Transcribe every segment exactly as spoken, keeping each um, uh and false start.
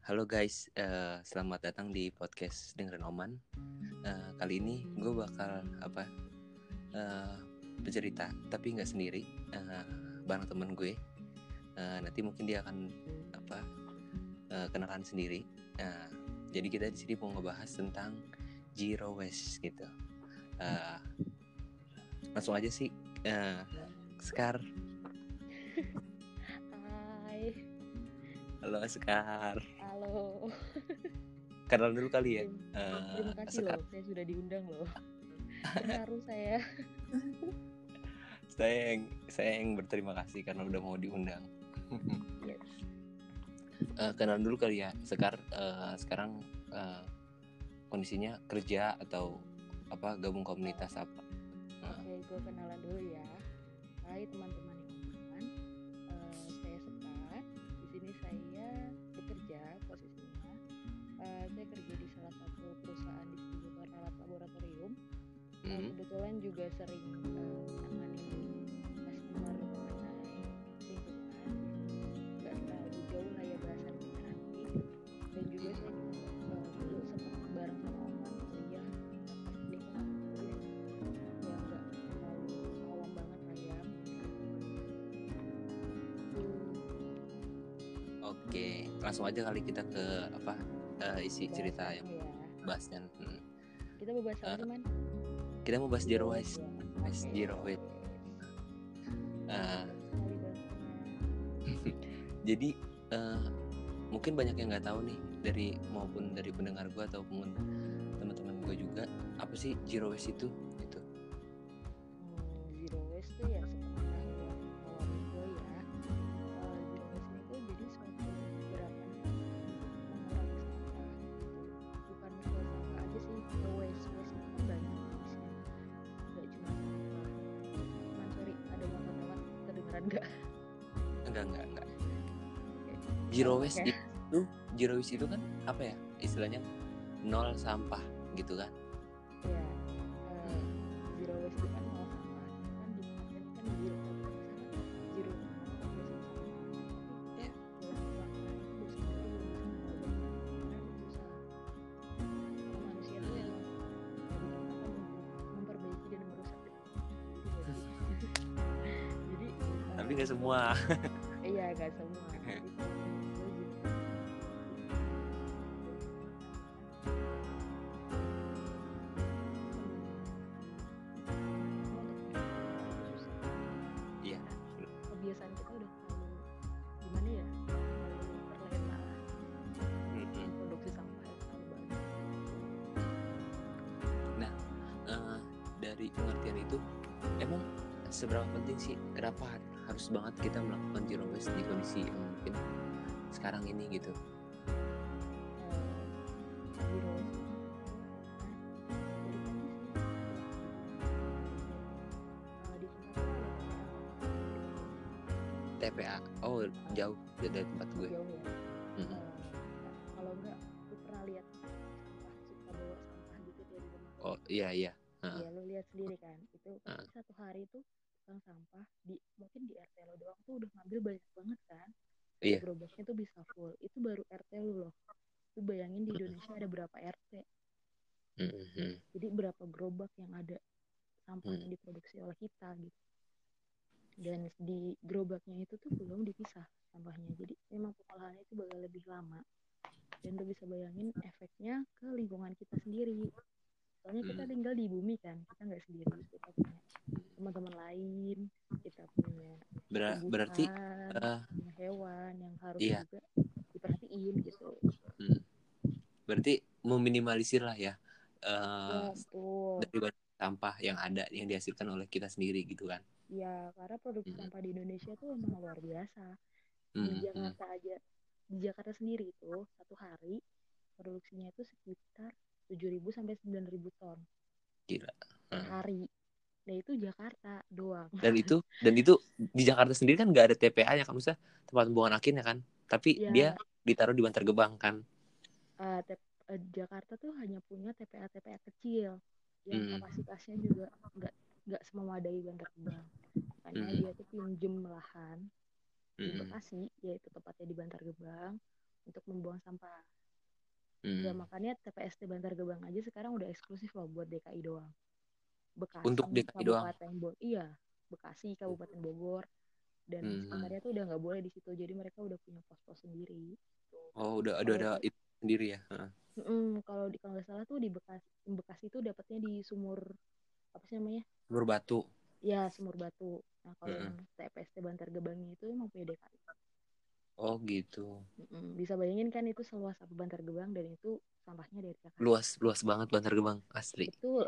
Halo guys, uh, selamat datang di podcast Dengerin Oman. Uh, kali ini gue bakal apa uh, bercerita, tapi nggak sendiri, uh, bareng temen gue. Uh, nanti mungkin dia akan apa uh, kenalan sendiri. Uh, jadi kita di sini mau ngebahas tentang zero waste gitu. Uh, langsung aja sih, uh, Sekar. Hai. Halo Sekar. Halo. Kenalan dulu kali ya. Terima, uh, terima kasih Sekar. Loh, saya sudah diundang loh. Terharu saya. saya yang saya yang berterima kasih karena udah mau diundang. Yes. Uh, kenalan dulu kali ya, Sekar. Uh, sekarang uh, kondisinya kerja atau apa, gabung komunitas apa? Uh. Oke, okay, gue kenalan dulu ya. Hai teman-teman yang aman. Uh, saya Sekar. Di sini saya bekerja posisinya. Uh, saya kerja di salah satu perusahaan distributor alat laboratorium. Mm-hmm. Uh, kebetulan juga sering uh, nanganin customer mengenai lingkungan. Nggak terlalu jauh lah ya bahasan kita nanti. Dan juga saya uh, dulu sempat bareng sama Oman kuliah lingkungan ya, ya nggak terlalu awam banget lah ya. Oke, langsung aja kali kita ke apa uh, isi bahas cerita yang ya. bahasnya. Hmm. Kita mau bahas apa sih, Man? Kita mau bahas zero waste, waste okay. zero waste. Uh, jadi uh, mungkin banyak yang nggak tahu nih dari maupun dari pendengar gue ataupun teman-teman gue juga, apa sih zero waste itu? Gitu. Hmm, zero waste tuh ya sepengetahuan awam gue ya. Uh, zero waste itu jadi suatu gerakan mengurangi sampah. Bukan soal sampah aja sih, zero waste waste itu kan banyak jenisnya. Nggak cuma sampah. Man, sorry, ada motor lewat, kedengeran nggak? Enggak, enggak, enggak. Zero waste okay. itu, zero waste itu kan apa ya? Istilahnya nol sampah gitu kan? Iya. Uh, zero waste itu kan nol sampah. Kan di kan zero zero ya. Dalam pelaksanaan itu biasanya itu belum bisa mengubah karena itu susah. Karena manusia itu memang akan memperbaiki dan merusak. Jadi tapi nggak semua. Iya, nggak semua. Iya. Kebiasaan kita udah terlalu gimana ya? Terlalu terlena lah. Mm-hmm. Produksi sampah yang terlalu banyak. Nah, uh, dari pengertian itu, emang seberapa penting sih, kenapa harus banget kita melakukan zero waste di kondisi yang mungkin sekarang ini gitu? Zero waste T P A, oh jauh dari tempat gue. Jauh ya. Mm-hmm. Uh, kalau enggak, lu pernah lihat sampah suka bawa sampah gitu dari rumah? Oh iya iya. Iya, uh. Lu lihat sendiri kan, itu uh. satu hari itu tukang sampah di mungkin di R T lo doang tuh udah ngambil banyak banget kan. Iya. Gerobaknya tuh bisa full. Itu baru R T lu loh. Lu bayangin di Indonesia ada berapa R T? Mm-hmm. Jadi berapa gerobak yang ada sampah mm. yang diproduksi oleh kita gitu. Dan di gerobaknya itu tuh belum dipisah sampahnya. Jadi memang pengolahannya itu bakal lebih lama. Dan lu bisa bayangin efeknya ke lingkungan kita sendiri. Soalnya kita tinggal di bumi kan, kita nggak sendiri, kita punya teman-teman lain, kita punya Ber- tumbuhan, berarti uh, punya hewan yang harus iya. juga diperhatiin gitu. Hmm. Berarti meminimalisir lah ya, uh, ya betul. dari banyak sampah yang ada yang dihasilkan oleh kita sendiri gitu kan? Ya, karena produksi hmm. sampah di Indonesia tuh emang luar biasa. Hmm. Di Jakarta aja, di Jakarta sendiri itu satu hari produksinya itu sekitar tujuh ribu sampai sembilan ribu ton. Gila. Per hari. Nah itu Jakarta doang. Dan itu dan itu di Jakarta sendiri kan nggak ada T P A-nya kan, maksudnya tempat pembuangan akhirnya kan, tapi ya, dia ditaruh di Bantar Gebang kan. Uh, te- uh, Jakarta tuh hanya punya T P A T P A kecil yang hmm. kapasitasnya juga nggak nggak sememadai Bantar Gebang. Makanya hmm. dia tuh pinjem lahan di Bekasi, yaitu tepatnya di Bantar Gebang, untuk membuang sampah. Hmm. Ya makanya T P S T Bantar Gebang aja sekarang udah eksklusif loh buat D K I doang. Untuk Bekasi, D K I doang. Kabupaten Bogor, iya, Bekasi, Kabupaten Bogor, dan Hmm. sekitarnya tuh udah nggak boleh di situ. Jadi mereka udah punya pos-pos sendiri. Oh, udah ada Kalau ada di, itu sendiri ya. Heeh. mm, kalau di kalau nggak salah tuh di Bekasi, Bekasi itu dapatnya di sumur apa sih namanya? Sumur Batu. Ya, sumur batu. Nah, kalau Heeh. yang T P S T Bantar Gebangnya itu emang punya D K I. Oh gitu. Mm-mm. Bisa bayangin kan itu seluas apa Bantar Gebang dan itu sampahnya dari Jakarta. Luas, luas banget Bantar Gebang, asli. Betul.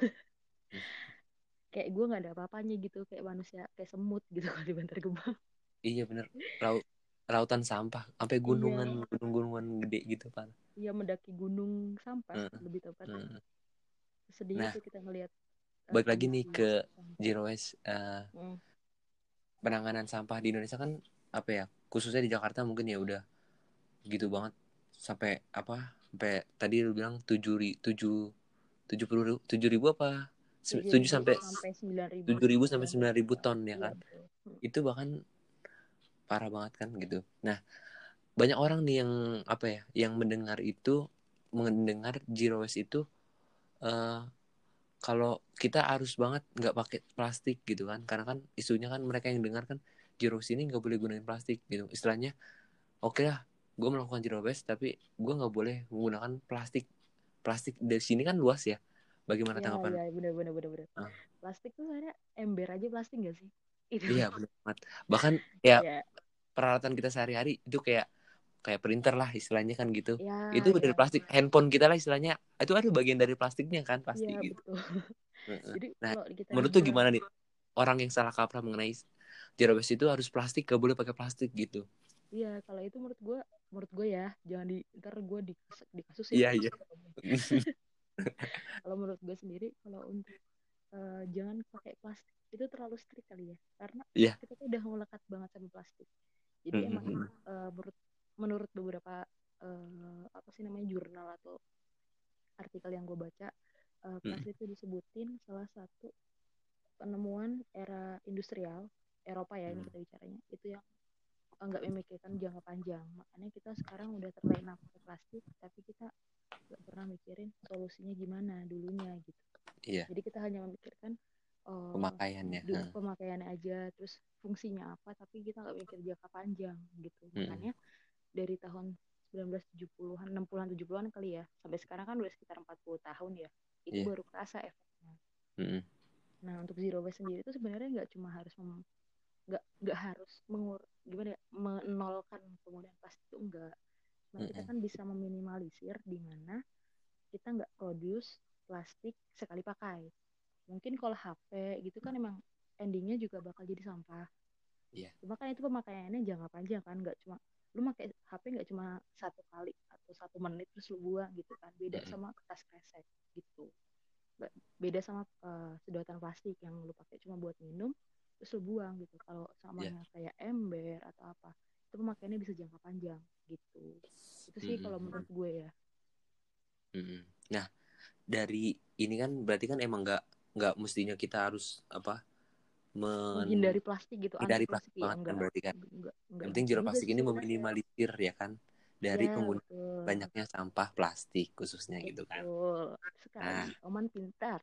Kayak gue nggak ada apa-apanya gitu, kayak manusia kayak semut gitu kalau di Bantar Gebang. Iya bener. Laut, lautan sampah, sampai gunungan, Iya, gunung-gunungan gede gitu kan. iya mendaki gunung sampah Heeh. lebih tepatnya. Heeh. Sedih Nah, gitu kita ngelihat uh, balik lagi nih kondisi ke sampah. Zero Waste. Uh, Mm. penanganan sampah di Indonesia kan apa ya, khususnya di Jakarta mungkin ya udah gitu banget, sampai apa, sampai tadi lu bilang tujuh ri, tujuh tujuh puluh tujuh ribu apa tujuh tujuh ribu sampai sampai sembilan ribu tujuh ribu sampai ton. sembilan ribu ton ya Iya kan. betul. Mm. Itu bahkan parah banget kan gitu. Nah, banyak orang nih yang apa ya, yang mendengar itu, mendengar zero waste itu uh, kalau kita harus banget nggak pakai plastik gitu kan, karena kan isunya kan mereka yang dengar kan zero waste ini nggak boleh gunain plastik gitu istilahnya. Oke lah, gue melakukan zero waste tapi gue nggak boleh menggunakan plastik. Plastik dari sini kan luas ya, bagaimana Ya, tanggapan? ya, benar benar benar benar. Ah, Plastik tuh sebenarnya ember aja plastik gak sih? Itu. iya benar banget. Bahkan ya Ya, peralatan kita sehari-hari itu kayak kayak printer lah istilahnya kan gitu, itu ya, dari ya, plastik. Handphone kita lah istilahnya itu ada bagian dari plastiknya kan pasti ya gitu. betul. Jadi Nah, kalau kita menurut tuh dibilang, gimana nih orang yang salah kaprah mengenai zero waste itu harus plastik, gak boleh pakai plastik gitu? iya kalau itu menurut gue, menurut gue ya, jangan di ntar gue di dikasusin Iya nih. iya. Kalau menurut gue sendiri, kalau untuk uh, jangan pakai plastik itu terlalu strict kali ya, karena Iya. kita tuh udah melekat banget sama plastik. Jadi emang uh, menurut menurut beberapa uh, apa sih namanya jurnal atau artikel yang gue baca, uh, plastik itu disebutin salah satu penemuan era industrial Eropa ya, ini kita bicaranya itu yang nggak memikirkan jangka panjang. Makanya kita sekarang udah terlena pakai plastik, tapi kita nggak pernah mikirin solusinya gimana dulunya gitu. Iya. Jadi kita hanya memikirkan uh, Pemakaiannya. du- pemakaiannya aja, terus fungsinya apa, tapi kita nggak mikir jangka panjang gitu. Hmm. Makanya dari tahun sembilan belas tujuh puluhan, enam puluhan, tujuh puluhan kali ya, sampai sekarang kan udah sekitar empat puluh tahun ya, itu Iya. baru kerasa efeknya. Hmm. Nah untuk zero waste sendiri itu sebenarnya nggak cuma harus mem- nggak nggak harus mengur gimana ya, menolkan penggunaan plastik itu enggak. Nah, kita Hmm. kan bisa meminimalisir di mana kita nggak produce plastik sekali pakai. Mungkin kalau H P gitu kan emang endingnya juga bakal jadi sampah. Iya. Cuma kan itu pemakaiannya jangka panjang kan, nggak cuma lu pakai H P nggak cuma satu kali atau satu menit terus lu buang gitu kan. Beda Hmm. sama kertas kresek gitu. Beda sama uh, sedotan plastik yang lu pakai cuma buat minum terus lu buang gitu. Kalau samanya Iya. kayak ember atau apa, itu pemakaiannya bisa jangka panjang gitu. Itu sih Hmm. kalau menurut gue ya. Hmm. Nah, dari ini kan berarti kan emang nggak nggak mestinya kita harus apa, Menghindari plastik gitu, anti menghindari plastik plastik ya banget kan enggak. berarti kan. Enggak, enggak Yang penting gitu zero juga plastik sih ini sebenarnya. meminimalisir ya kan dari Ya, penggunaan betul. banyaknya sampah plastik khususnya gitu kan. Betul Nah, sekali. Oman pintar.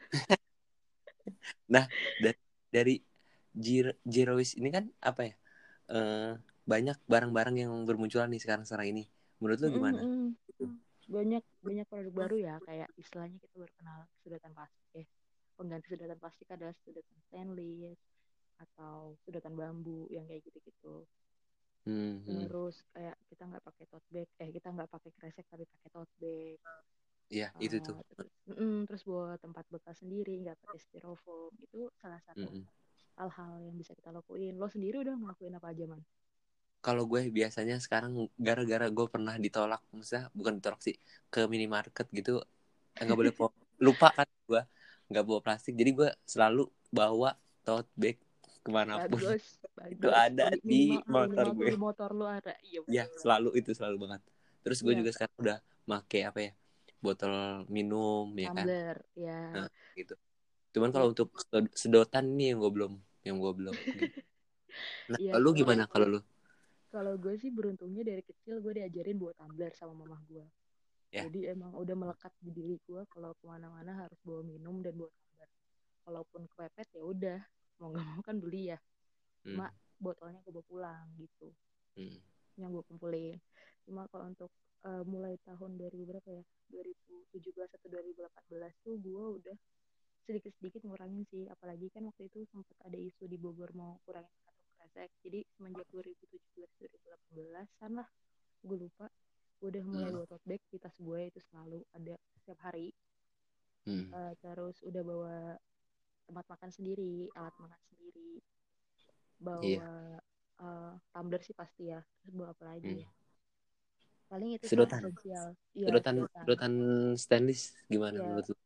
nah dari dari zero, zero waste ini kan apa ya? Eh, banyak barang-barang yang bermunculan nih sekarang sekarang ini. Menurut lo gimana? Mm-mm. Banyak banyak produk baru ya, kayak istilahnya kita baru kenal sedotan plastik ya. Pengganti sedotan plastik adalah sedotan stainless atau sedotan bambu yang kayak gitu-gitu. Hmm, hmm. Terus kayak kita nggak pakai tote bag, eh kita nggak pakai kresek tapi pakai tote bag. Iya, itu tuh. Uh, terus, mm, terus buat tempat bekas sendiri nggak pakai styrofoam, itu salah satu Mm-mm. hal-hal yang bisa kita lakuin. Lo sendiri udah ngelakuin apa aja, Man? Kalau gue biasanya sekarang gara-gara gue pernah ditolak, maksudnya bukan ditolak sih, ke minimarket gitu, nggak boleh po- lupa kan gue nggak bawa plastik, jadi gue selalu bawa tote bag kemanapun. Bagus, Itu bagus. ada Mini- di minimal motor minimal tuh gue. di motor lo ada. Iya Ya betul. selalu itu selalu banget. Terus gue Iya, juga sekarang udah make apa ya, botol minum ya kan. tumbler, ya. Nah, gitu. Cuman Iya, kalau untuk sedotan ini yang gue belum, yang gue belum gitu. Nah iya kalau lu kalau gimana kalau lu? kalau gue sih beruntungnya dari kecil gue diajarin bawa tumbler sama mamah gue. Ya. Jadi emang udah melekat di diri gue kalau kemana-mana harus bawa minum dan bawa tumbler. Kalaupun kepepet ya udah, mau nggak mau kan beli ya. Hmm. Cuma botolnya gue bawa pulang gitu. Hmm. Yang gue kumpulin. Cuma kalau untuk uh, mulai tahun dua ribu berapa ya? dua ribu tujuh belas atau dua ribu delapan belas tuh gue udah sedikit-sedikit ngurangin sih. Apalagi kan waktu itu sempat ada isu di Bogor mau kurangin kantong kresek. Jadi semenjak dua ribu tujuh belas dua ribu delapan belas-an lah, gue lupa. Gue udah mulai Hmm. bawa tote bag di tas gue itu selalu ada setiap hari. Hmm. Uh, terus udah bawa tempat makan sendiri, alat makan sendiri, Iya. bawa uh, tumbler sih pasti ya. Terus bawa apa lagi Hmm. ya? Paling itu sih Sedotan. esensial. Iya, Sedotan, sedotan. sedotan stainless gimana Ya, menurut lu?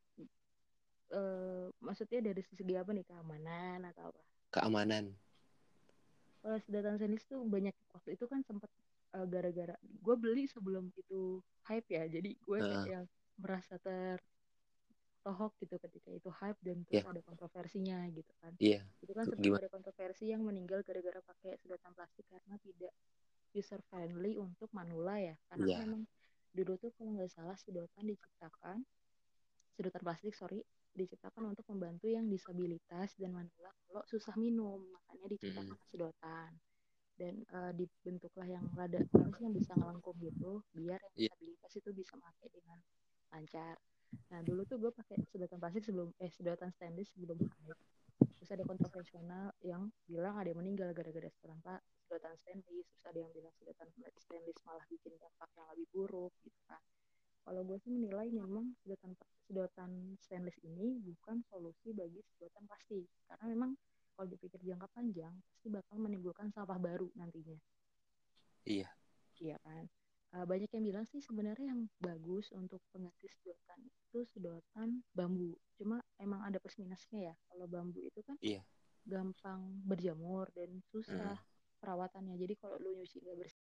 uh, maksudnya dari segi apa nih, keamanan atau apa? Keamanan. Kalau sedotan stainless tuh banyak waktu itu kan sempat uh, gara-gara gue beli sebelum itu hype ya, jadi gue kayak Uh, yang merasa tertohok gitu ketika itu hype dan terus ya, ada kontroversinya gitu kan. iya. Itu kan sempat Gimana? ada kontroversi yang meninggal gara-gara pakai sedotan plastik karena tidak user friendly untuk manula ya, karena kan Iya. memang dulu tuh kalau nggak salah sedotan diciptakan sedotan plastik sorry diciptakan untuk membantu yang disabilitas dan manula kalau susah minum, makanya Hmm. diciptakan sedotan dan uh, dibentuklah yang rada apa sih yang bisa ngelengkung gitu biar yang Iya. disabilitas itu bisa pakai dengan lancar. Nah dulu tuh gue pakai sedotan plastik sebelum eh sedotan stainless sebelum hype. Terus ada kontroversial yang bilang ada yang meninggal gara-gara sedotan sedotan stainless. Terus ada yang bilang sedotan stainless malah bikin dampak yang lebih buruk gitu kan. Kalau gue sih menilai memang sedotan sedotan stainless ini bukan solusi bagi sedotan plastik karena memang kalau dipikir jangka panjang pasti bakal menimbulkan sampah baru nantinya. Iya. Iya kan. Uh, banyak yang bilang sih sebenarnya yang bagus untuk pengganti sedotan itu sedotan bambu. Cuma emang ada plus minusnya ya. Kalau bambu itu kan Iya. gampang berjamur dan susah Hmm. perawatannya. Jadi kalau lu nyuci nggak bersih